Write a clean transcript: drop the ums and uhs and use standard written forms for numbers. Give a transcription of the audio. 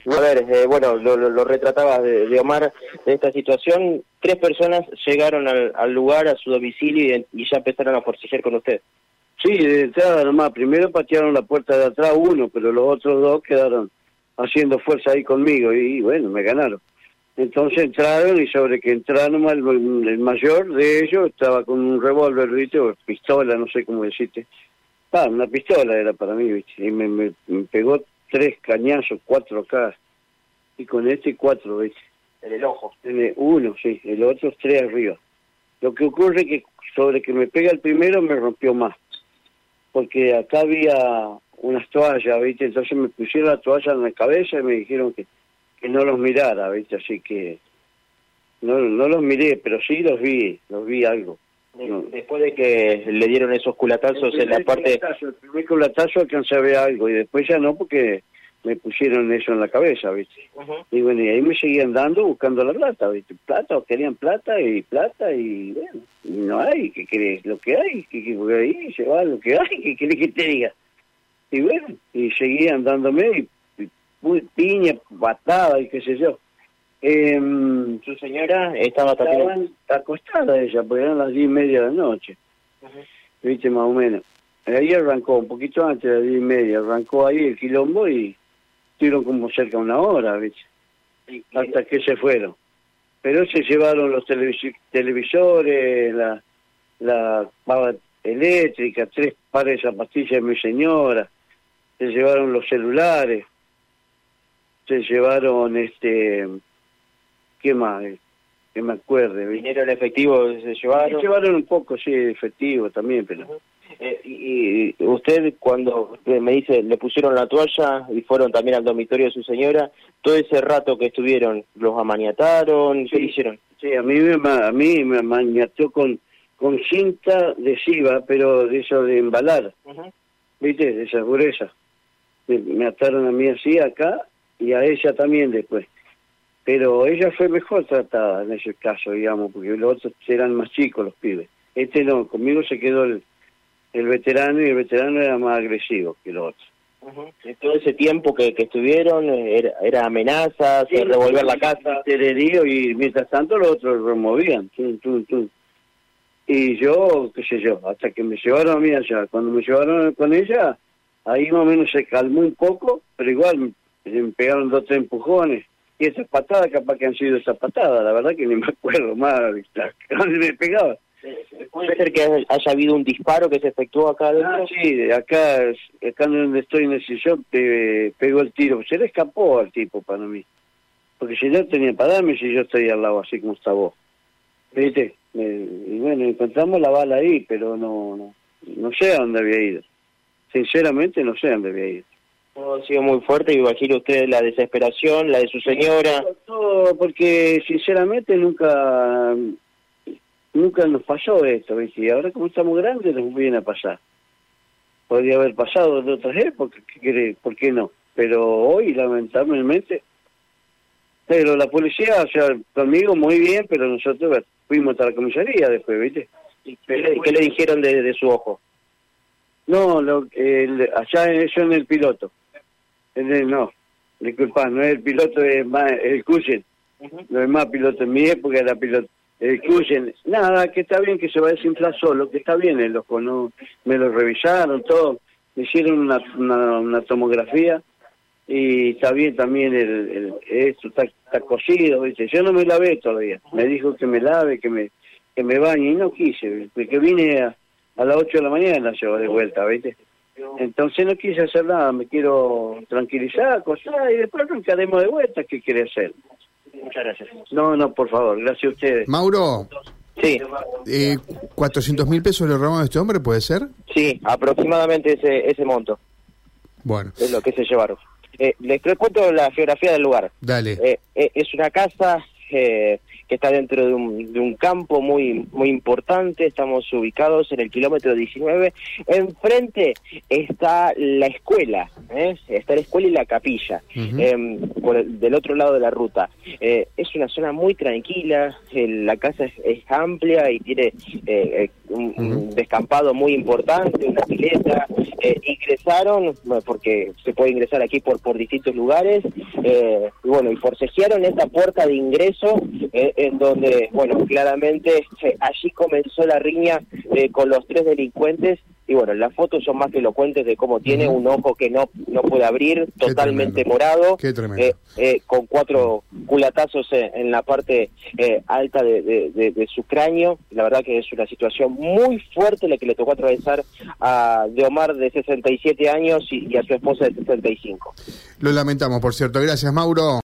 A ver, bueno, lo retratabas de Omar, de esta situación. 3 personas llegaron al lugar, a su domicilio, y ya empezaron a forcejear con usted. Sí, de entrada nomás. Primero patearon la puerta de atrás uno, pero los otros 2 quedaron haciendo fuerza ahí conmigo y bueno, me ganaron. Entonces entraron y sobre que entraron el mayor de ellos estaba con un revólver, ¿viste? O pistola, no sé cómo decirte. Una pistola era para mí, ¿viste? Y me pegó 3 cañazos, 4 acá. Y con 4, ¿viste? En el ojo. Uno, sí, el otro 3 arriba. Lo que ocurre es que sobre que me pega el primero me rompió más. Porque acá había unas toallas, ¿viste? Entonces me pusieron la toalla en la cabeza y me dijeron que no los mirara, ¿viste? Así que no los miré, pero sí los vi algo. Después de que le dieron esos culatazos en la parte... El primer culatazo alcancé a ver algo y después ya no, porque me pusieron eso en la cabeza, ¿viste? Y bueno, y ahí me seguían dando buscando la plata, ¿viste? Plata, o querían plata y bueno, y no hay, ¿qué querés? Lo que hay, porque ahí se va lo que hay, ¿qué querés que te diga? Y bueno, y seguían dándome y piña, patada y qué sé yo. Su señora estaba también acostada ella, porque eran las 10:30 de la noche, ¿viste? Más o menos. Ahí arrancó, un poquito antes de las 10:30, arrancó ahí el quilombo y estuvieron como cerca de 1 hora, ¿viste? Hasta que se fueron. Pero se llevaron los televisores, la pava eléctrica, 3 pares de zapatillas de mi señora, se llevaron los celulares, se llevaron ¿qué más? Que me acuerde, ¿viste? ¿Dinero en efectivo se llevaron? Se llevaron un poco, sí, de efectivo también, pero... y usted, cuando me dice, le pusieron la toalla y fueron también al dormitorio de su señora, todo ese rato que estuvieron, ¿los amaniataron? ¿Qué hicieron? Sí, a mí me amaniató con cinta adhesiva, pero de eso de embalar, ¿viste? De esa gruesa. Me ataron a mí así acá y a ella también después. Pero ella fue mejor tratada en ese caso, digamos, porque los otros eran más chicos, los pibes. No, conmigo se quedó el veterano, y el veterano era más agresivo que los otros. Todo ese tiempo que estuvieron, era amenazas, sí, revolver la casa, tererío, y mientras tanto los otros removían, y yo, qué sé yo, hasta que me llevaron a mí allá. Cuando me llevaron con ella, ahí más o menos se calmó un poco, pero igual me pegaron 2 o 3 empujones. Y esas patadas, capaz que han sido esas patadas, la verdad que ni me acuerdo más dónde me pegaba. ¿Puede ser que haya habido un disparo que se efectuó acá adentro? Sí, acá donde estoy en el sillón pegó el tiro. Se le escapó al tipo para mí. Porque si no tenía para darme, si yo estoy al lado, así como está vos. ¿Viste? Y bueno, encontramos la bala ahí, pero no sé a dónde había ido. Sinceramente no sé a dónde había ido. Ha sido muy fuerte, y imagino usted la desesperación, la de su señora. Todo, porque sinceramente nunca nos pasó esto, ¿viste? Y ahora como estamos grandes nos viene a pasar. Podría haber pasado en otras épocas, ¿por qué no? Pero hoy, lamentablemente... Pero la policía, o sea, conmigo muy bien, pero nosotros fuimos hasta la comisaría después, ¿viste? ¿Qué le dijeron de su ojo? No, allá eso en el piloto. No, disculpa, no es el piloto, es más el Cuyen. No es más piloto, en mi época era piloto. El Cuyen, nada, que está bien, que se va a desinflar solo, que está bien el ojo, no, me lo revisaron, todo, me hicieron una tomografía y está bien también esto está cosido, ¿viste? Yo no me lavé todavía, me dijo que me lave, que me bañe, y no quise, porque vine a las 8 de la mañana yo de vuelta, ¿viste? Entonces no quise hacer nada, me quiero tranquilizar, acostar, y después arrancaremos de vuelta. ¿Qué quiere hacer? Muchas gracias. No, por favor, gracias a ustedes. Mauro. Sí. 400.000 pesos le robamos a este hombre, ¿puede ser? Sí, aproximadamente ese monto. Bueno. Es lo que se llevaron. Les cuento la geografía del lugar. Dale. Es una casa que está dentro de un campo muy muy importante. Estamos ubicados en el kilómetro 19. Enfrente está la escuela, está la escuela y la capilla, del otro lado de la ruta. Es una zona muy tranquila, la casa es amplia y tiene un descampado muy importante, una pileta. Ingresaron, porque se puede ingresar aquí por distintos lugares, y bueno, y forcejearon esta puerta de ingreso, en donde, bueno, claramente allí comenzó la riña con los 3 delincuentes. Y bueno, las fotos son más que elocuentes de cómo tiene un ojo que no puede abrir, totalmente morado, con 4 culatazos en la parte alta de su cráneo. La verdad que es una situación muy fuerte la que le tocó atravesar a Deomar, de 67 años, y a su esposa de 65. Lo lamentamos, por cierto. Gracias, Mauro.